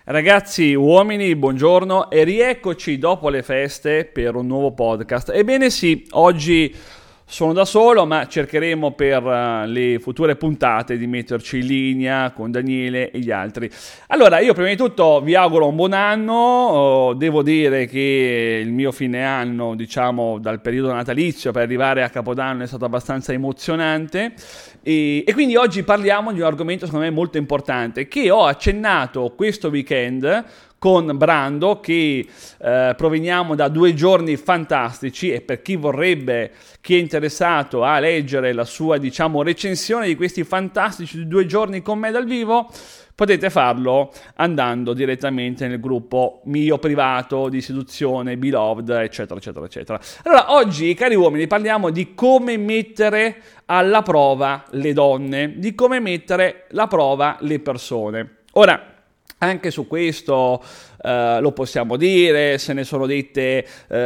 Ragazzi, uomini, buongiorno e rieccoci dopo le feste per un nuovo podcast. Ebbene sì, oggi sono da solo, ma cercheremo per le future puntate di metterci in linea con Daniele e gli altri. Allora, io prima di tutto vi auguro un buon anno. Devo dire che il mio fine anno, diciamo dal periodo natalizio per arrivare a Capodanno, è stato abbastanza emozionante. E quindi oggi parliamo di un argomento secondo me molto importante che ho accennato questo weekend con Brando, che proveniamo da 2 giorni fantastici, e per chi vorrebbe, chi è interessato a leggere la sua, diciamo, recensione di questi fantastici 2 giorni con me dal vivo, potete farlo andando direttamente nel gruppo mio privato di seduzione, Beloved, eccetera, eccetera, eccetera. Allora, oggi, cari uomini, parliamo di come mettere alla prova le donne, di come mettere alla prova le persone. Ora, anche su questo lo possiamo dire, si sono dette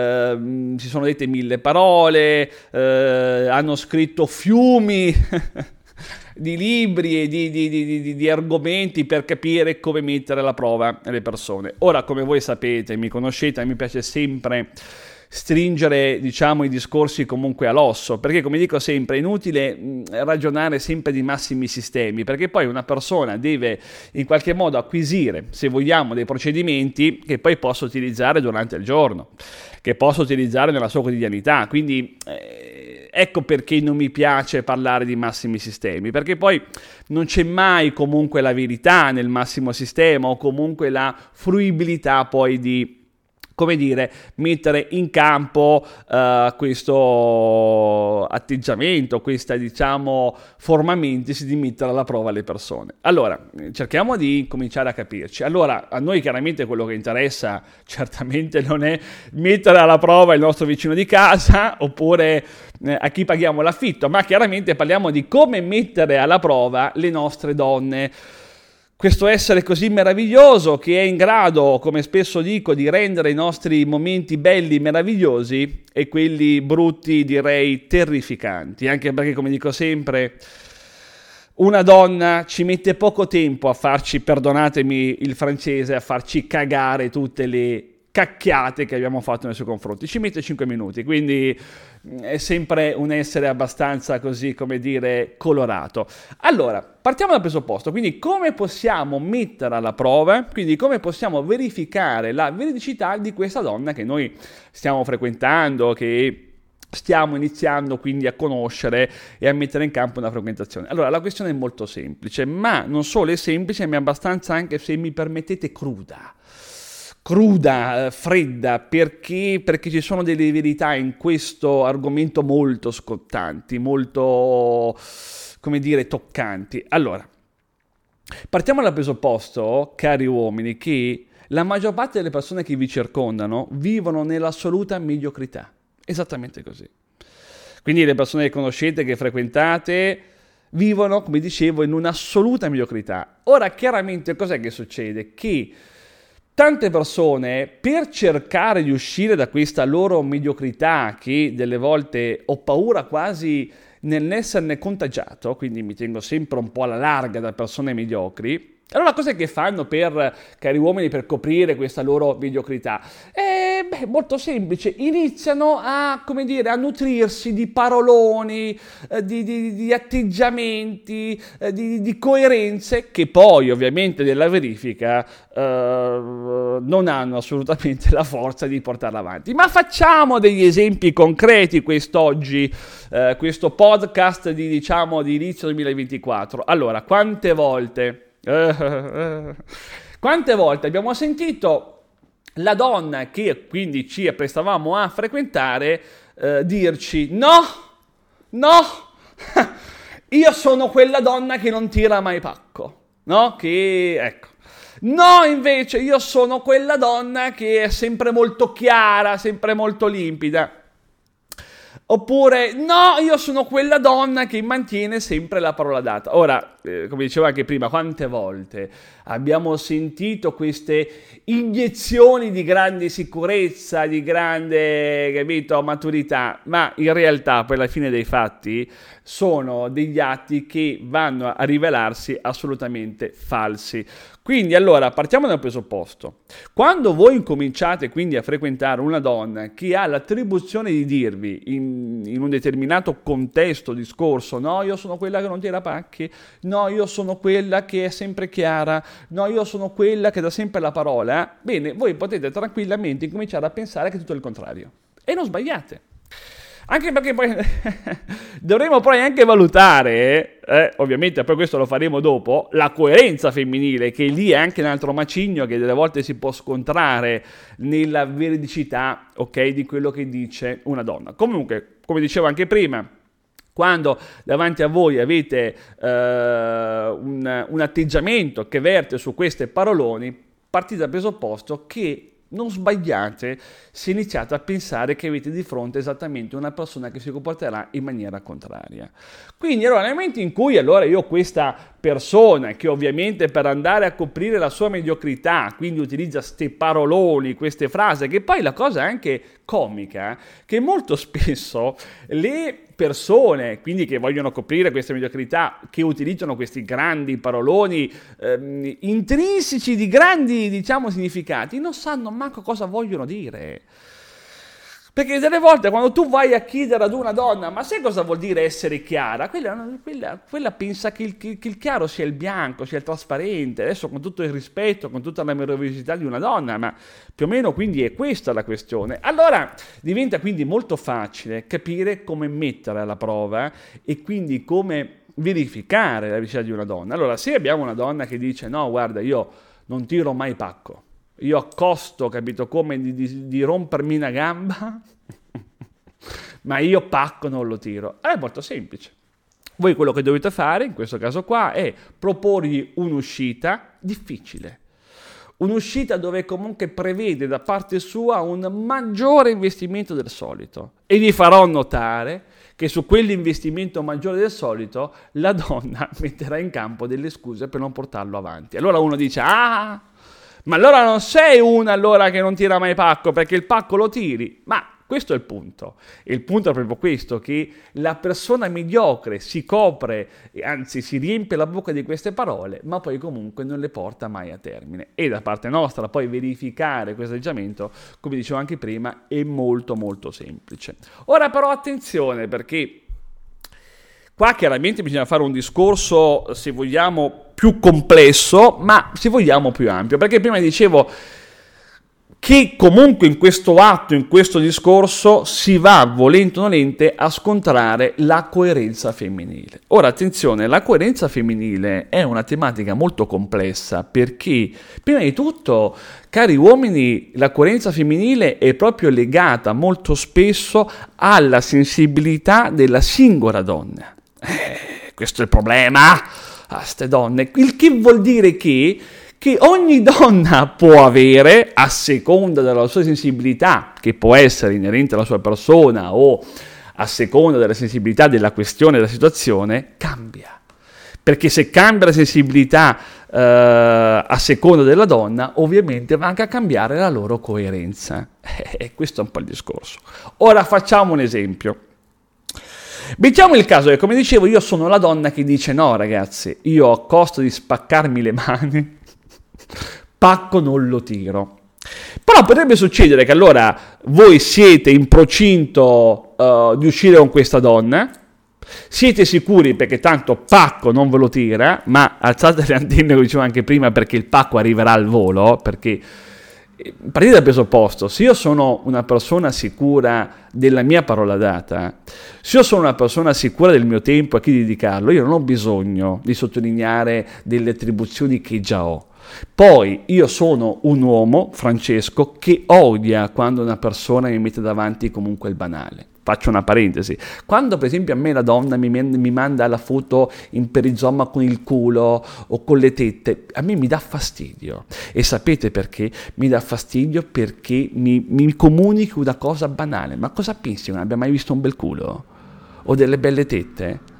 1000 parole, hanno scritto fiumi di libri e di argomenti per capire come mettere alla prova le persone. Ora, come voi sapete, mi conoscete, mi piace sempre stringere, diciamo, i discorsi comunque all'osso, perché, come dico sempre, è inutile ragionare sempre di massimi sistemi, perché poi una persona deve in qualche modo acquisire, se vogliamo, dei procedimenti che poi possa utilizzare durante il giorno, che possa utilizzare nella sua quotidianità. Quindi ecco perché non mi piace parlare di massimi sistemi, perché poi non c'è mai comunque la verità nel massimo sistema, o comunque la fruibilità poi di, come dire, mettere in campo questo atteggiamento, questa, diciamo, forma mentis di mettere alla prova le persone. Allora, cerchiamo di cominciare a capirci. Allora, a noi chiaramente quello che interessa certamente non è mettere alla prova il nostro vicino di casa, oppure a chi paghiamo l'affitto, ma chiaramente parliamo di come mettere alla prova le nostre donne. Questo essere così meraviglioso che è in grado, come spesso dico, di rendere i nostri momenti belli meravigliosi e quelli brutti, direi, terrificanti. Anche perché, come dico sempre, una donna ci mette poco tempo a farci, perdonatemi il francese, a farci cagare tutte le cacchiate che abbiamo fatto nei suoi confronti. Ci mette 5 minuti, quindi è sempre un essere abbastanza, così, come dire, colorato. Allora, partiamo dal presupposto, quindi come possiamo mettere alla prova, quindi come possiamo verificare la veridicità di questa donna che noi stiamo frequentando, che stiamo iniziando quindi a conoscere e a mettere in campo una frequentazione. Allora, la questione è molto semplice, ma non solo è semplice, ma è abbastanza, anche se mi permettete, cruda, fredda, perché ci sono delle verità in questo argomento molto scottanti, molto, come dire, toccanti. Allora, partiamo dal presupposto, cari uomini, che la maggior parte delle persone che vi circondano vivono nell'assoluta mediocrità. Esattamente così. Quindi le persone che conoscete, che frequentate, vivono, come dicevo, in un'assoluta mediocrità. Ora, chiaramente, cos'è che succede? Che tante persone, per cercare di uscire da questa loro mediocrità, che delle volte ho paura quasi nell'esserne contagiato, quindi mi tengo sempre un po' alla larga da persone mediocri, allora cos'è che fanno cari uomini, per coprire questa loro mediocrità? Molto semplice, iniziano a, come dire, a nutrirsi di paroloni, di atteggiamenti, di coerenze, che poi ovviamente nella verifica non hanno assolutamente la forza di portarla avanti. Ma facciamo degli esempi concreti quest'oggi, questo podcast di inizio 2024. Allora, quante volte abbiamo sentito la donna che quindi ci apprestavamo a frequentare dirci no, io sono quella donna che non tira mai pacco, no? No, invece io sono quella donna che è sempre molto chiara, sempre molto limpida. Oppure, no, io sono quella donna che mantiene sempre la parola data. Ora, come dicevo anche prima, quante volte abbiamo sentito queste iniezioni di grande sicurezza, di grande, capito, maturità, ma in realtà poi alla fine dei fatti sono degli atti che vanno a rivelarsi assolutamente falsi. Quindi allora partiamo dal presupposto: quando voi incominciate quindi a frequentare una donna che ha l'attribuzione di dirvi in un determinato contesto, discorso, no, io sono quella che non tira pacchi, no, io sono quella che è sempre chiara, no, io sono quella che dà sempre la parola, bene, voi potete tranquillamente incominciare a pensare che è tutto il contrario. E non sbagliate. Anche perché poi dovremo poi anche valutare, ovviamente poi questo lo faremo dopo, la coerenza femminile, che lì è anche un altro macigno che delle volte si può scontrare nella veridicità, ok, di quello che dice una donna. Comunque, come dicevo anche prima, quando davanti a voi avete un atteggiamento che verte su queste paroloni, partite dal presupposto che non sbagliate se iniziate a pensare che avete di fronte esattamente una persona che si comporterà in maniera contraria. Quindi allora nel momento in cui allora io questa persona che ovviamente per andare a coprire la sua mediocrità quindi utilizza ste paroloni, queste frasi, che poi la cosa è anche comica, che molto spesso le persone quindi che vogliono coprire queste mediocrità, che utilizzano questi grandi paroloni intrinseci di grandi, diciamo, significati, non sanno manco cosa vogliono dire. Perché delle volte quando tu vai a chiedere ad una donna ma sai cosa vuol dire essere chiara, quella pensa che il chiaro sia il bianco, sia il trasparente, adesso con tutto il rispetto, con tutta la meravigliosità di una donna, ma più o meno quindi è questa la questione. Allora diventa quindi molto facile capire come mettere alla prova e quindi come verificare la veridicità di una donna. Allora se abbiamo una donna che dice no guarda io non tiro mai pacco, io accosto, capito, come di rompermi una gamba, ma io pacco non lo tiro. È molto semplice. Voi quello che dovete fare, in questo caso qua, è proporgli un'uscita difficile. Un'uscita dove comunque prevede da parte sua un maggiore investimento del solito. E vi farò notare che su quell'investimento maggiore del solito la donna metterà in campo delle scuse per non portarlo avanti. Allora uno dice, ma allora non sei una allora che non tira mai pacco, perché il pacco lo tiri. Ma questo è il punto. E il punto è proprio questo, che la persona mediocre si copre, anzi si riempie la bocca di queste parole, ma poi comunque non le porta mai a termine. E da parte nostra poi verificare questo atteggiamento, come dicevo anche prima, è molto molto semplice. Ora però attenzione, perché qua chiaramente bisogna fare un discorso, se vogliamo, più complesso, ma se vogliamo più ampio, perché prima dicevo che comunque in questo atto, in questo discorso, si va, volente o nolente, a scontrare la coerenza femminile. Ora, attenzione, la coerenza femminile è una tematica molto complessa, perché, prima di tutto, cari uomini, la coerenza femminile è proprio legata molto spesso alla sensibilità della singola donna. Questo è il problema a ste donne, il che vuol dire che ogni donna può avere, a seconda della sua sensibilità, che può essere inerente alla sua persona o a seconda della sensibilità della questione, della situazione, cambia. Perché se cambia la sensibilità a seconda della donna, ovviamente va anche a cambiare la loro coerenza. Questo è un po' il discorso. Ora facciamo un esempio. Mettiamo il caso che, come dicevo, io sono la donna che dice no ragazzi, io a costo di spaccarmi le mani, pacco non lo tiro. Però potrebbe succedere che allora voi siete in procinto di uscire con questa donna, siete sicuri perché tanto pacco non ve lo tira, ma alzate le antenne, come dicevo anche prima, perché il pacco arriverà al volo, perché partite dal presupposto, se io sono una persona sicura della mia parola data, se io sono una persona sicura del mio tempo a chi dedicarlo, io non ho bisogno di sottolineare delle attribuzioni che già ho. Poi io sono un uomo, Francesco, che odia quando una persona mi mette davanti comunque il banale. Faccio una parentesi. Quando per esempio a me la donna mi manda la foto in perizoma con il culo o con le tette, a me mi dà fastidio. E sapete perché? Mi dà fastidio perché mi comunichi una cosa banale. Ma cosa pensi? Non abbia mai visto un bel culo? O delle belle tette?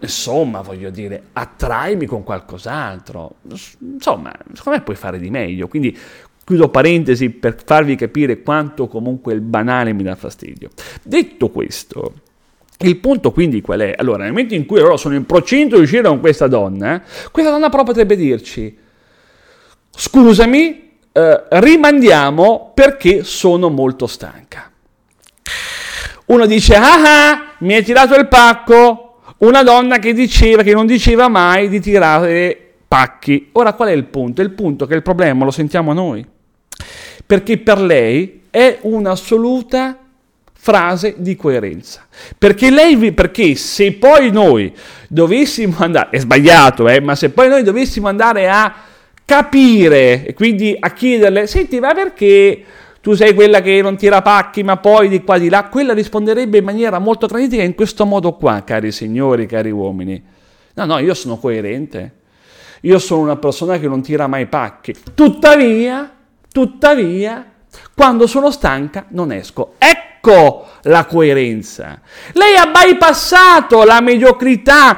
insomma, voglio dire, attraimi con qualcos'altro. Insomma, secondo me puoi fare di meglio. Quindi chiudo parentesi per farvi capire quanto comunque il banale mi dà fastidio. Detto questo, il punto quindi qual è? Allora, nel momento in cui loro sono in procinto di uscire con questa donna però potrebbe dirci: scusami, rimandiamo perché sono molto stanca. Uno dice: mi hai tirato il pacco. Una donna che non diceva mai di tirare pacchi. Ora qual è il punto? Il punto è che il problema lo sentiamo noi, perché per lei è un'assoluta frase di coerenza, perché se poi noi dovessimo andare, è sbagliato, ma se poi noi dovessimo andare a capire e quindi a chiederle: senti, ma perché tu sei quella che non tira pacchi ma poi di qua di là, quella risponderebbe in maniera molto critica in questo modo qua: cari signori, cari uomini, no, io sono coerente, io sono una persona che non tira mai pacchi, tuttavia quando sono stanca non esco. Ecco la coerenza. Lei ha bypassato la mediocrità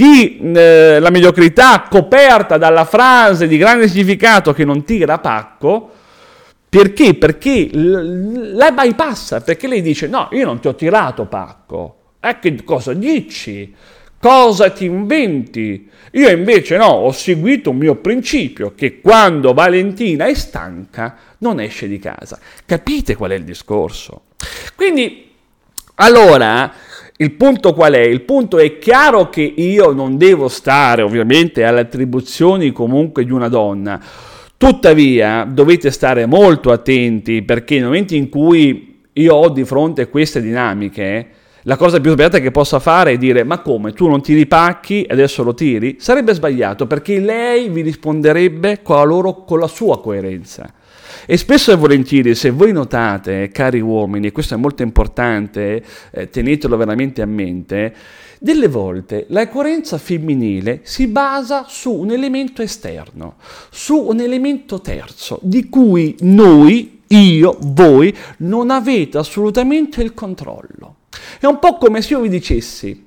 coperta dalla frase di grande significato che non tira pacco. Perché? Perché la bypassa, perché lei dice: no, io non ti ho tirato pacco. Che cosa dici? Cosa ti inventi? Io invece no, ho seguito un mio principio, che quando Valentina è stanca non esce di casa. Capite qual è il discorso? Quindi, allora, il punto qual è? Il punto è chiaro che io non devo stare ovviamente alle attribuzioni comunque di una donna. Tuttavia dovete stare molto attenti, perché nel momento in cui io ho di fronte queste dinamiche, la cosa più sbagliata che possa fare è dire: ma come, tu non tiri pacchi e adesso lo tiri? Sarebbe sbagliato, perché lei vi risponderebbe con la sua coerenza. E spesso e volentieri, se voi notate, cari uomini, e questo è molto importante, tenetelo veramente a mente, delle volte la coerenza femminile si basa su un elemento esterno, su un elemento terzo, di cui noi, io, voi, non avete assolutamente il controllo. È un po' come se io vi dicessi: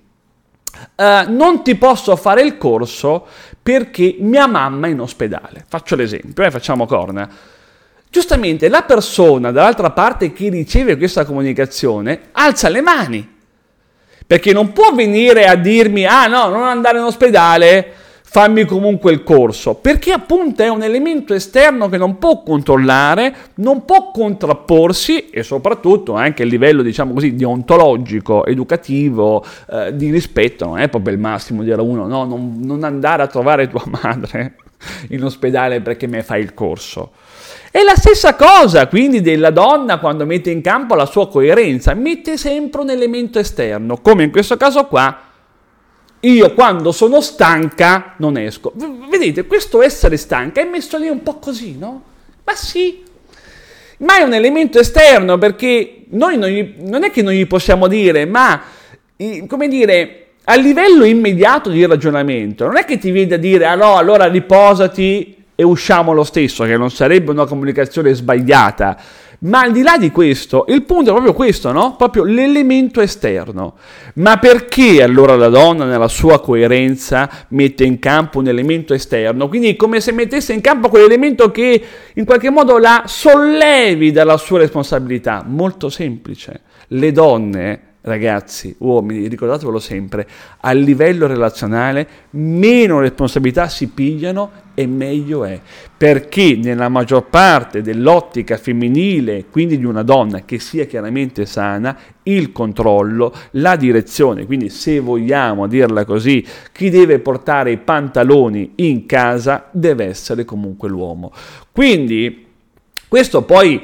non ti posso fare il corso perché mia mamma è in ospedale. Faccio l'esempio, facciamo corna. Giustamente la persona dall'altra parte che riceve questa comunicazione alza le mani, perché non può venire a dirmi: no, non andare in ospedale, fammi comunque il corso, perché appunto è un elemento esterno che non può controllare, non può contrapporsi, e soprattutto anche a livello, diciamo così, deontologico, educativo, di rispetto, non è proprio il massimo dire a uno: no, non andare a trovare tua madre in ospedale perché mi fai il corso. È la stessa cosa quindi della donna quando mette in campo la sua coerenza, mette sempre un elemento esterno, come in questo caso qua: io quando sono stanca non esco. Vedete, questo essere stanca è messo lì un po' così, no? Ma sì, ma è un elemento esterno, perché noi non è che non gli possiamo dire, ma come dire, a livello immediato di ragionamento, non è che ti viene a dire: no, allora riposati e usciamo lo stesso, che non sarebbe una comunicazione sbagliata. Ma al di là di questo, il punto è proprio questo, no? Proprio l'elemento esterno. Ma perché allora la donna nella sua coerenza mette in campo un elemento esterno? Quindi è come se mettesse in campo quell'elemento che in qualche modo la sollevi dalla sua responsabilità. Molto semplice. Le donne, ragazzi, uomini, ricordatevelo sempre, a livello relazionale meno responsabilità si pigliano e meglio è, perché nella maggior parte dell'ottica femminile, quindi di una donna che sia chiaramente sana, il controllo, la direzione, quindi se vogliamo dirla così, chi deve portare i pantaloni in casa deve essere comunque l'uomo. Quindi questo poi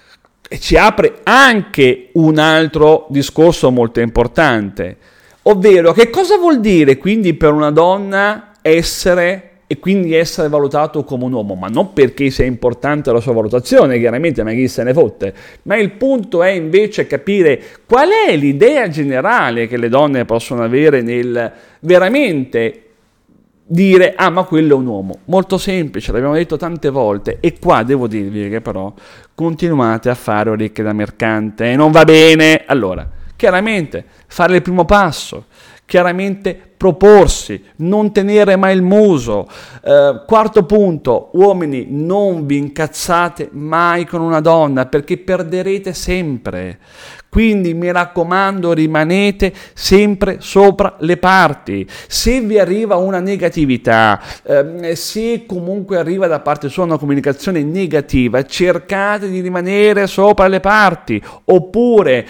ci apre anche un altro discorso molto importante, ovvero che cosa vuol dire quindi per una donna essere valutato come un uomo, ma non perché sia importante la sua valutazione, chiaramente, ma chi se ne fotte, ma il punto è invece capire qual è l'idea generale che le donne possono avere nel veramente dire: ma quello è un uomo. Molto semplice, l'abbiamo detto tante volte, e qua devo dirvi che però continuate a fare orecchie da mercante e non va bene. Allora, chiaramente fare il primo passo, chiaramente proporsi, non tenere mai il muso. Quarto punto, uomini, non vi incazzate mai con una donna perché perderete sempre. Quindi mi raccomando, rimanete sempre sopra le parti. Se vi arriva una negatività, se comunque arriva da parte sua una comunicazione negativa, cercate di rimanere sopra le parti, oppure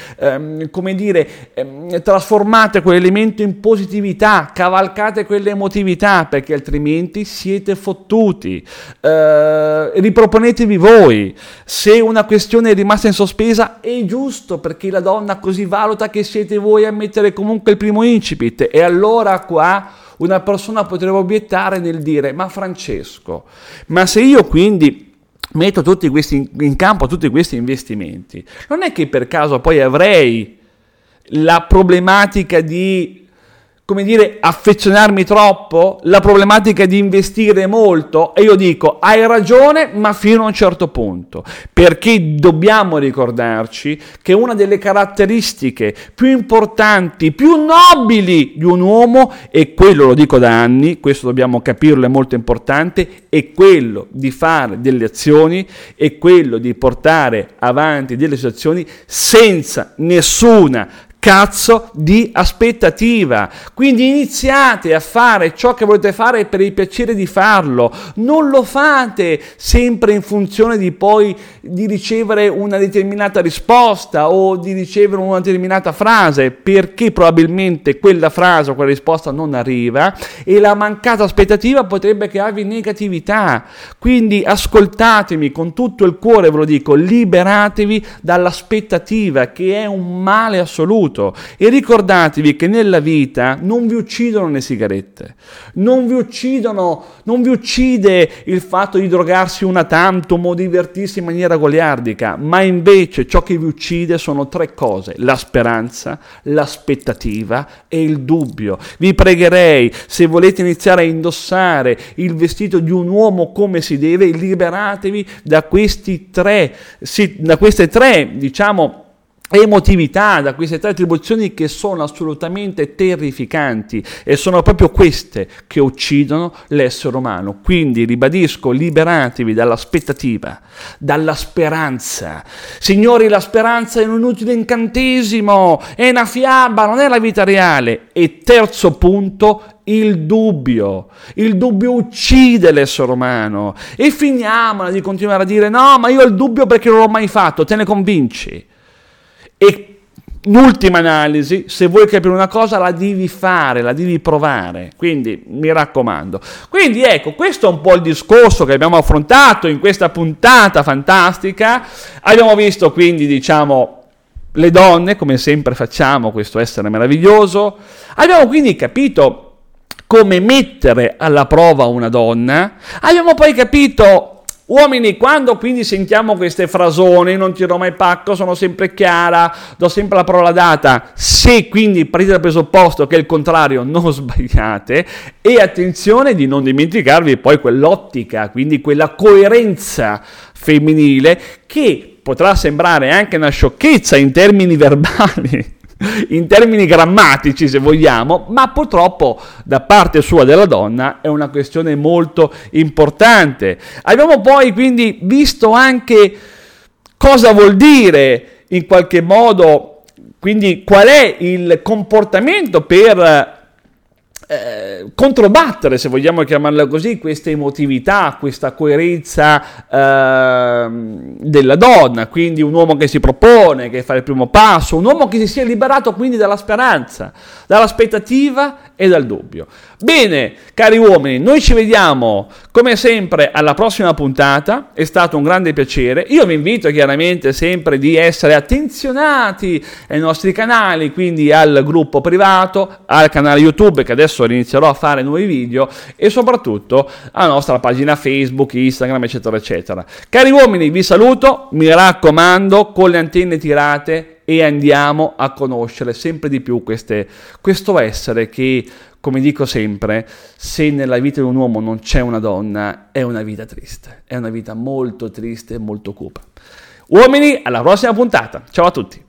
trasformate quell'elemento in positività, cavalcate quell'emotività, perché altrimenti siete fottuti. Riproponetevi voi. Se una questione è rimasta in sospesa, è giusto, perché la donna così valuta che siete voi a mettere comunque il primo incipit, e allora qua una persona potrebbe obiettare nel dire: ma Francesco, ma se io quindi metto tutti questi in campo, tutti questi investimenti, non è che per caso poi avrei la problematica di, come dire, affezionarmi troppo, la problematica di investire molto? E io dico: hai ragione, ma fino a un certo punto, perché dobbiamo ricordarci che una delle caratteristiche più importanti, più nobili di un uomo, e quello lo dico da anni, questo dobbiamo capirlo, è molto importante, è quello di fare delle azioni, è quello di portare avanti delle situazioni senza nessuna cazzo di aspettativa. Quindi iniziate a fare ciò che volete fare per il piacere di farlo, non lo fate sempre in funzione di poi di ricevere una determinata risposta o di ricevere una determinata frase, perché probabilmente quella frase o quella risposta non arriva e la mancata aspettativa potrebbe crearvi negatività. Quindi ascoltatemi con tutto il cuore, ve lo dico, liberatevi dall'aspettativa, che è un male assoluto. E ricordatevi che nella vita non vi uccidono le sigarette, non vi uccide il fatto di drogarsi una tantum o divertirsi in maniera goliardica, ma invece ciò che vi uccide sono tre cose: la speranza, l'aspettativa e il dubbio. Vi pregherei, se volete iniziare a indossare il vestito di un uomo come si deve, liberatevi da queste tre, diciamo, emotività, da queste tre attribuzioni che sono assolutamente terrificanti, e sono proprio queste che uccidono l'essere umano. Quindi ribadisco, liberatevi dall'aspettativa, dalla speranza. Signori, la speranza è un inutile incantesimo, è una fiaba, non è la vita reale. E terzo punto, il dubbio. Il dubbio uccide l'essere umano. E finiamola di continuare a dire: no, ma io ho il dubbio perché non l'ho mai fatto. Te ne convinci? E in ultima analisi, se vuoi capire una cosa, la devi fare, la devi provare. Quindi mi raccomando. Quindi ecco, questo è un po' il discorso che abbiamo affrontato in questa puntata fantastica. Abbiamo visto quindi, diciamo, le donne, come sempre facciamo, questo essere meraviglioso. Abbiamo quindi capito come mettere alla prova una donna. Abbiamo poi capito, uomini, quando quindi sentiamo queste frasoni: non tiro mai pacco, sono sempre chiara, do sempre la parola data, se quindi partite dal presupposto che è il contrario, non sbagliate. E attenzione di non dimenticarvi poi quell'ottica, quindi quella coerenza femminile, che potrà sembrare anche una sciocchezza in termini verbali, in termini grammatici se vogliamo, ma purtroppo da parte sua della donna è una questione molto importante. Abbiamo poi quindi visto anche cosa vuol dire in qualche modo, quindi qual è il comportamento per controbattere, se vogliamo chiamarla così, questa emotività, questa coerenza della donna. Quindi un uomo che si propone, che fa il primo passo, un uomo che si sia liberato quindi dalla speranza, dall'aspettativa e dal dubbio. Bene, cari uomini, noi ci vediamo come sempre alla prossima puntata. È stato un grande piacere. Io vi invito chiaramente sempre di essere attenzionati ai nostri canali, quindi al gruppo privato, al canale YouTube, che adesso inizierò a fare nuovi video, e soprattutto alla nostra pagina Facebook, Instagram, eccetera eccetera. Cari uomini, vi saluto, mi raccomando, con le antenne tirate, e andiamo a conoscere sempre di più questo essere che, come dico sempre, se nella vita di un uomo non c'è una donna, è una vita triste, è una vita molto triste e molto cupa. Uomini, alla prossima puntata, ciao a tutti.